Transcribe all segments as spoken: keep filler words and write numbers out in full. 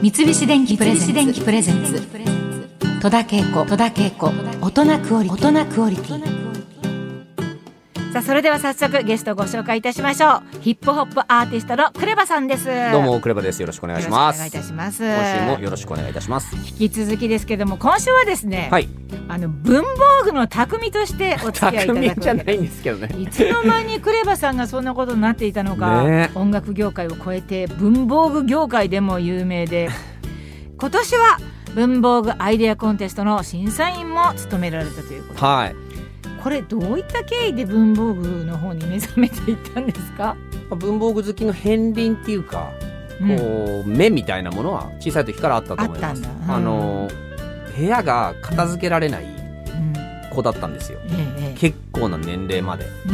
三菱電機プレゼンツ戸田恵子大人クオリティ。さあそれでは早速ゲストをご紹介いたしましょう。ヒップホップアーティストのクレバさんです。 どうもクレバです。よろしくお願いします。 よろしくお願いいたします。 今週もよろしくお願いいたします。 引き続きですけども、今週はですね、はい、あの文房具の匠としてお付き合いいただくわけです。 匠じゃないんですけどね。 いつの間にクレバさんがそんなことになっていたのか、ね、音楽業界を超えて文房具業界でも有名で今年は文房具アイデアコンテストの審査員も務められたということで、はい、これどういった経緯で文房具の方に目覚めていったんですか？ 文房具好きの片鱗っていうか、うん、こう目みたいなものは小さい時からあったと思います。あったんだ、うん、あの部屋が片付けられない子だったんですよ、うん、結構な年齢まで、うん、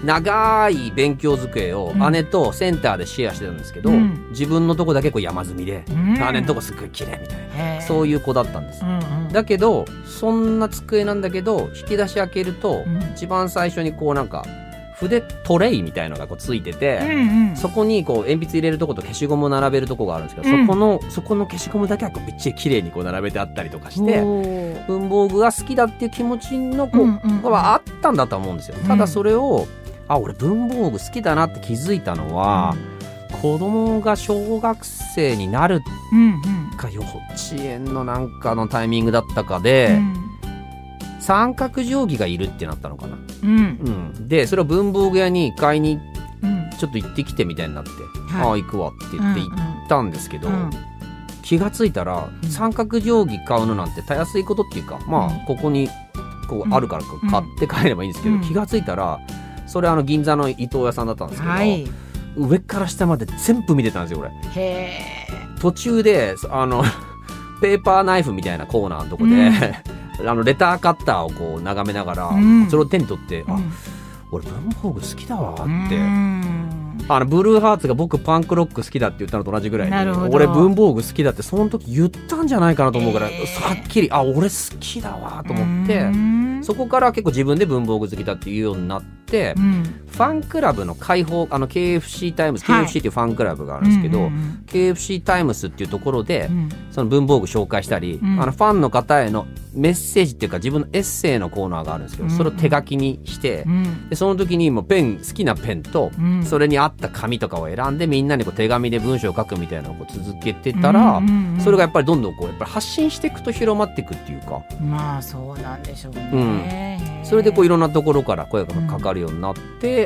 長い勉強机を姉とセンターでシェアしてたんですけど、うん、自分のとこだけこう山積みで、うん、姉のとこすっごい綺麗みたいな、そういう子だったんです、うんうん、だけどそんな机なんだけど引き出し開けると、うん、一番最初にこうなんか筆トレイみたいのがこうついてて、うんうん、そこにこう鉛筆入れるとこと消しゴムを並べるとこがあるんですけど、うん、そこのそこの消しゴムだけはこうめっちゃ綺麗にこう並べてあったりとかして、文房具が好きだっていう気持ちのこう、うんうんうん、はあったんだと思うんですよ。ただそれを、あ、俺文房具好きだなって気づいたのは、うん、子供が小学生になるか、うんうん、幼稚園のなんかのタイミングだったかで、うん、三角定規がいるってなったのかな、うんうん、でそれを文房具屋に買いにちょっと行ってきてみたいになって、うん、ああ行くわって言って行ったんですけど、うんうん、気がついたら三角定規買うのなんてたやすいことっていうか、まあここにこうあるから買って帰ればいいんですけど、うん、気がついたらそれあの銀座の伊藤屋さんだったんですけど、はい、上から下まで全部見てたんですよ俺。へー。途中であのペーパーナイフみたいなコーナーのとこで、うん、あのレターカッターをこう眺めながら、うん、それを手に取って、うん、あ、俺文房具好きだわって、うん、あのブルーハーツが僕パンクロック好きだって言ったのと同じぐらいに俺文房具好きだってその時言ったんじゃないかなと思うから、えー、はっきりあ俺好きだわと思って、うん、そこから結構自分で文房具好きだっていうようになって、うん、ファンクラブの開放、あの ケーエフシー タイムス、はい、ケーエフシー っていうファンクラブがあるんですけど、うんうんうん、ケーエフシー タイムスっていうところで、うん、その文房具紹介したり、うん、あのファンの方へのメッセージっていうか自分のエッセイのコーナーがあるんですけど、うん、それを手書きにして、うん、でその時にもうペン、好きなペンと、うん、それに合った紙とかを選んでみんなにこう手紙で文章を書くみたいなのをこう続けてたら、うんうんうん、それがやっぱりどんどんこうやっぱり発信していくと広まっていくっていうか、 まあそうなんでしょうね、 うん、それでこういろんなところから声がかかるようになって、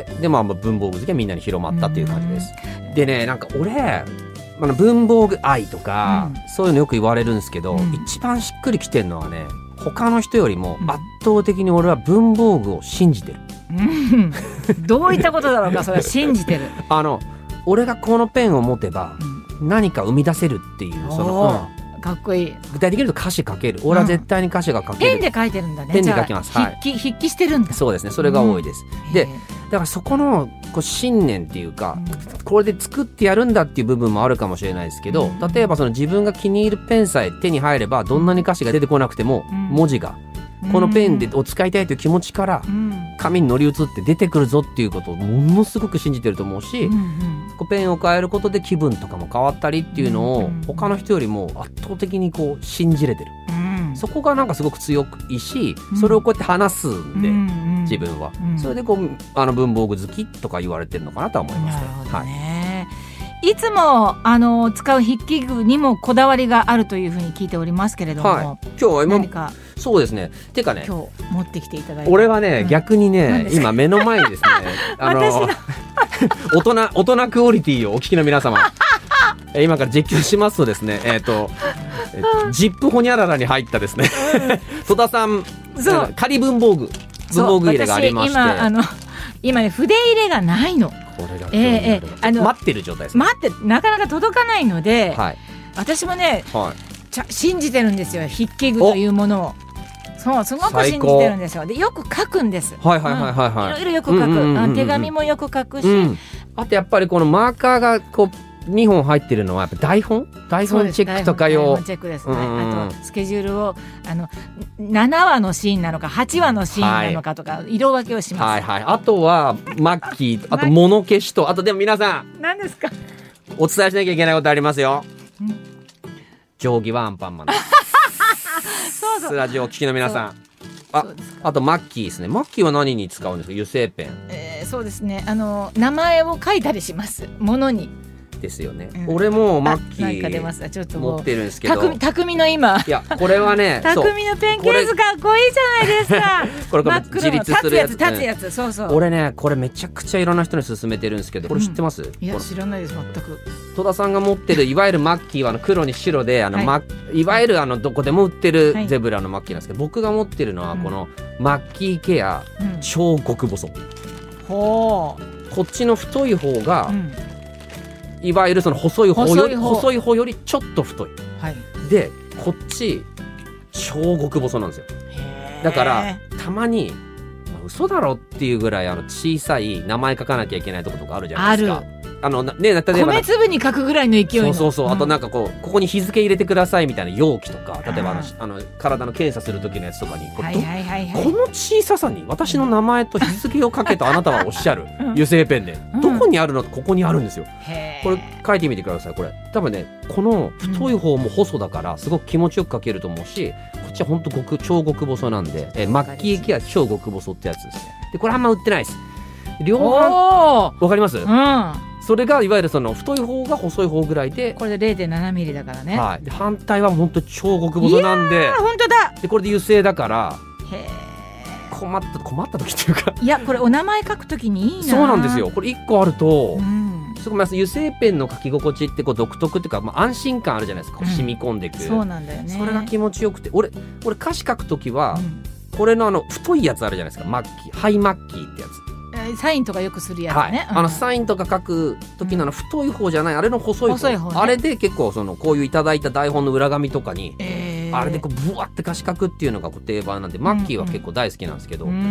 うん、でまあ文房具好きがみんなに広まったっていう感じです、うん、でね、なんか俺あの文房具愛とか、うん、そういうのよく言われるんですけど、うん、一番しっくりきてるのはね、他の人よりも圧倒的に俺は文房具を信じてる、うん、 どういったことだろうかそれは信じてるあの俺がこのペンを持てば何か生み出せるっていう、その、 うん、かっこいい。 具体的に言うと歌詞書ける、俺は絶対に歌詞が書ける、 うん、ペンで書いてるんだね。 ペンで書きます、 はい、筆記、筆記してるんだ。 そうですね、それが多いです、うん、でだからそこのこう信念っていうか、うん、これで作ってやるんだっていう部分もあるかもしれないですけど、うん、例えばその自分が気に入るペンさえ手に入ればどんなに歌詞が出てこなくても、うん、文字がこのペンでを使いたいという気持ちから紙に乗り移って出てくるぞっていうことをものすごく信じてると思うし、うんうん、こうペンを変えることで気分とかも変わったりっていうのを他の人よりも圧倒的にこう信じれてる、うん、そこがなんかすごく強いし、それをこうやって話すんで、うん、自分は、うん、それでこうあの文房具好きとか言われてるのかなとは思いますね。 なるほどね、はい、いつもあの使う筆記具にもこだわりがあるというふうに聞いておりますけれども、はい、 今日は今何かそうですね。てかね、 今日持ってきていただいて、 俺はね、うん、逆にね、今目の前にですね、あの大人大人クオリティをお聞きの皆様、今から実況しますとですね、えっ、ー、とジップホニャララに入ったですね、戸田さん、仮文房具文房具入れがありまして、 今あの今ね筆入れがないの。 これがえーえー、あの待ってる状態です、ね。 待ってなかなか届かないので、はい、私もね、はい、ちゃ信じてるんですよ、筆記具というものを。そうすごく信じてるんですよ。でよく書くんです。 はいはいはいはい、はい、 いろいろよく書く、うんうんうんうん、手紙もよく書くし、うん、 あとやっぱりこのマーカーがこうにほん入ってるのはやっぱ台本台本チェックとか用、 台本チェックですね、うん、あとスケジュールをあのななわのシーンなのかはちわのシーンなのかとか、はい、色分けをします、 はいはい、あとはマッキー、あと物消しと、あとでも皆さん何ですか、 お伝えしなきゃいけないことありますよ、うん、 定規はアンパンマンですそうそうスラジオを聞きの皆さん、ああとマッキーですね。マッキーは何に使うんですか？油性ペン、 えー、そうですね、あの名前を書いたりしますものにですよね、 うん、 俺もマッキなんか出ますちょっとー持ってるんですけど、 匠匠の今いやこれはね匠のペンケースかっこいいじゃないですかこれこれ自立するやつ、 立つやつ、そうそう。 俺ねこれめちゃくちゃいろんな人に勧めてるんですけど、これ知ってます？うん、 いや知らないです全く。 戸田さんが持ってるいわゆるマッキーはあの黒に白であの、はいま、いわゆるあのどこでも売ってるゼブラのマッキーなんですけど、はい、僕が持ってるのはこのマッキーケア、うん、超極細、ほうこっちの太い方が、うんいわゆるその細い方より細い方よりちょっと太い、はい、でこっち超極細なんですよ。だからたまに、まあ、嘘だろっていうぐらいあの小さい名前書かなきゃいけないところとかあるじゃないですか。あるあのね、例えば米粒に書くぐらいの勢いのそうそうそう、うん、あとなんかこうここに日付入れてくださいみたいな容器とか、例えばあのあの体の検査する時のやつとかにこれ、はいはいはいはい、この小ささに私の名前と日付を書けとあなたはおっしゃる油性ペンで、うん、どこにあるのとここにあるんですよ、うん、これ書いてみてください。これ多分ねこの太い方も細だからすごく気持ちよく書けると思うし、こっちはほんと極超極細なんで、えマッキーケア超極細ってやつですね。でこれあんま売ってないです。両方わかります？うん、それがいわゆるその太い方が細い方ぐらいで、 これで れいてんななミリだからね、 はい、で反対は本当超極細なんで、 本当だ。 でこれで油性だからへ困った困った時っていうかいやこれお名前書くときにいいな。 そうなんですよ。これいっこあると、うん、すごい油性ペンの書き心地ってこう独特っていうか、まあ、安心感あるじゃないですか、うん、染み込んでいく。 そうなんだよね。 それが気持ちよくて、俺俺歌詞書くときは、うん、これのあの太いやつあるじゃないですか、マッキーハイマッキーってやつ、 サインとかよくするやつね、 はい、あのサインとか書く時のあの太い方じゃない、うん、あれの細い方、細い方ね、あれで結構そのこういういただいた台本の裏紙とかに、えー、あれでこうブワって歌詞書くっていうのが定番なんで、マッキーは結構大好きなんですけど、うん、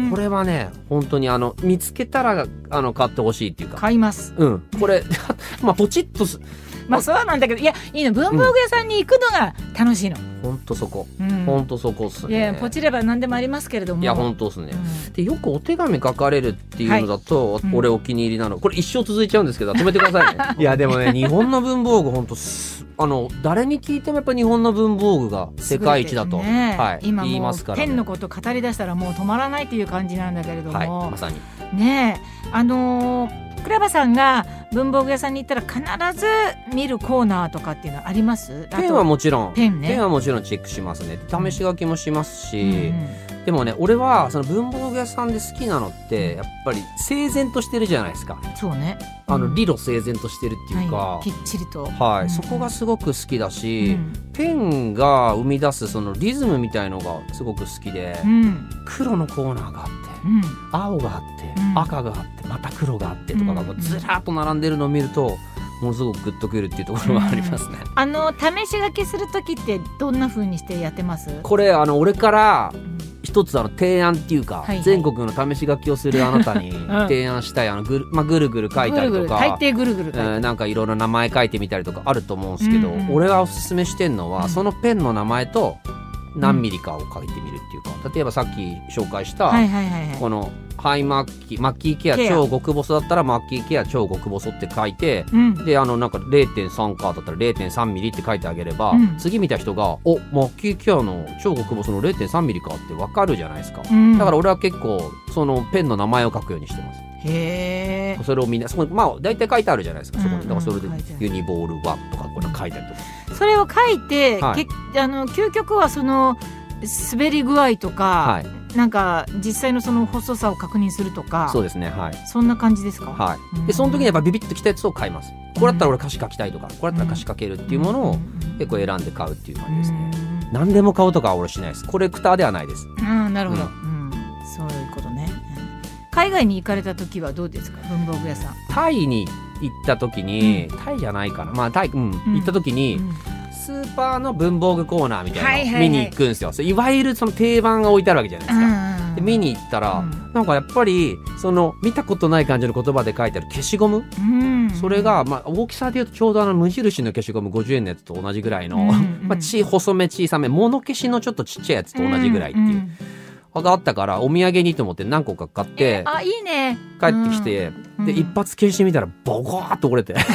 これはね本当にあの見つけたらあの買ってほしいっていうか、 買います。 うんこれまあポチッとすまあそうなんだけど、いやいいの、文房具屋さんに行くのが楽しいの。 ほんとそこ、うん、ほんとそこっすね。 いやポチれば何でもありますけれども、 いやほんとっすね、うん、でよくお手紙書かれるっていうのだと、はい、俺お気に入りなの、これ一生続いちゃうんですけど止めてくださいねいやでもね日本の文房具ほんとあの誰に聞いてもやっぱ日本の文房具が世界一だと、ね、はい、 今もう言いますからね。 ペンのこと語り出したらもう止まらないという感じなんだけれども、 はい、まさにねえあのークラバさんが文房具屋さんに行ったら必ず見るコーナーとかっていうのはあります？ ペンはもちろんペンね、 ペンはもちろんチェックしますね。試し書きもしますし、うんうん、でもね俺はその文房具屋さんで好きなのってやっぱり整然としてるじゃないですか。 そうね、 あの理路整然としてるっていうか、 はい、きっちりと、 はい、 うん、 そこがすごく好きだし、うん、ペンが生み出すそのリズムみたいのがすごく好きで、うん、黒のコーナーがあって、うん、青があって、うん、赤があってまた黒があってとかがずらっと並んでるのを見るとものすごくグッとくるっていうところがありますね、 うん、あの試し書きする時ってどんな風にしてやってます？ これあの俺から一つあの提案っていうか、はいはい、全国の試し書きをするあなたに提案したいあのぐる、まあ、ぐるぐる書いたりとか、ぐるぐる大抵ぐるぐる書いて、 えー、なんかいろいろ名前書いてみたりとかあると思うんですけど、うんうん、俺がおすすめしてるのは、うん、そのペンの名前と何ミリかを書いてみるっていうか、うん、例えばさっき紹介した、はいはいはいはい、このハイマッキーマッキーケア超極細だったらマッキーケア超極細って書いて、うん、であのなんか れいてんさん かだったら れいてんさん ミリって書いてあげれば、うん、次見た人がおマッキーケアの超極細の れいてんさん ミリかって分かるじゃないですか、うん、だから俺は結構そのペンの名前を書くようにしてます。 へー、 それをみんなそこにまあ大体書いてあるじゃないですか、そこに。だからそれでユニボールワンとかこれ書いたりとか、 それを書いて、はい、けあの究極はその滑り具合とか、はい、なんか実際のその細さを確認するとか、 そうですね、はい、 そんな感じですか？ はい、でその時にやっぱビビッときたやつを買います。これだったら俺歌詞書きたいとか、これだったら歌詞書けるっていうものを結構選んで買うっていう感じですね。何でも買うとかは俺しないです。コレクターではないです。 あ、なるほど、うんうん、そういうことね。海外に行かれた時はどうですか？文房具屋さん。 タイに行った時に、うん、タイじゃないかな、まあタイ、うんうん、行った時に、うん、スーパーの文房具コーナーみたいなの見に行くんですよ、はいはいはい、いわゆるその定番が置いてあるわけじゃないですか、うんうん、で見に行ったら、うん、なんかやっぱりその見たことない感じの言葉で書いてある消しゴム、うん、それが、まあ、大きさでいうとちょうどあの無印の消しゴムごじゅうえんのやつと同じぐらいの、うんうん、まあ、ち細め小さめ物消しのちょっとちっちゃいやつと同じぐらいっていう、うんうんがあったからお土産にと思って何個か買って、 あ、いいね、 帰ってきて、うん、で一発消してみたらボコーっと折れて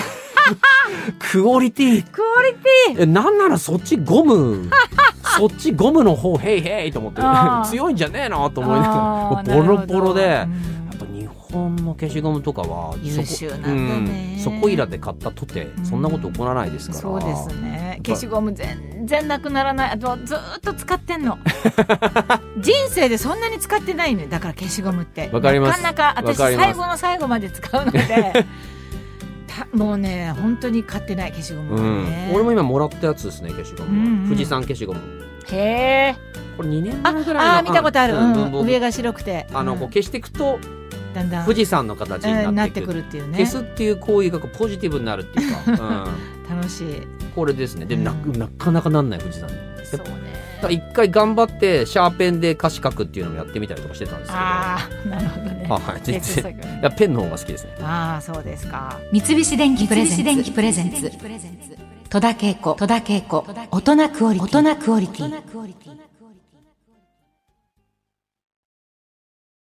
クオリティクオリティえなんならそっちゴムそっちゴムの方ヘイヘイと思って強いんじゃねえなと思いながらボロボロで、うん、やっぱ日本の消しゴムとかは優秀なんだね、 うん、そこいらで買ったとてそんなこと起こらないですから、 うん、そうですね。消しゴム全然なくならない。あとずっと使ってんの人生でそんなに使ってないのよ。だから消しゴムってわかります。 なかなか私最後の最後まで使うのでもうね本当に買ってない消しゴム、ね、 うん、俺も今もらったやつですね消しゴム、うんうん、富士山消しゴム。 へえ。 これにねんまえぐらいのああ見たことある、うんうん、上が白くてあの、うん、こう消していくとだんだん富士山の形になっていく、 なってくるっていうね。 消すっていう行為がこうポジティブになるっていうか、うん、 楽しいこれですね。でも な,、うん、なかなかなんない富士山に。 そうね。 一回頑張ってシャーペンで歌詞書くっていうのもやってみたりとかしてたんですけど。 ああなるほどね。 あ、はい、全然いやペンの方が好きですね。 ああそうですか。 三菱電機プレゼンツ戸田恵子大人クオリティ。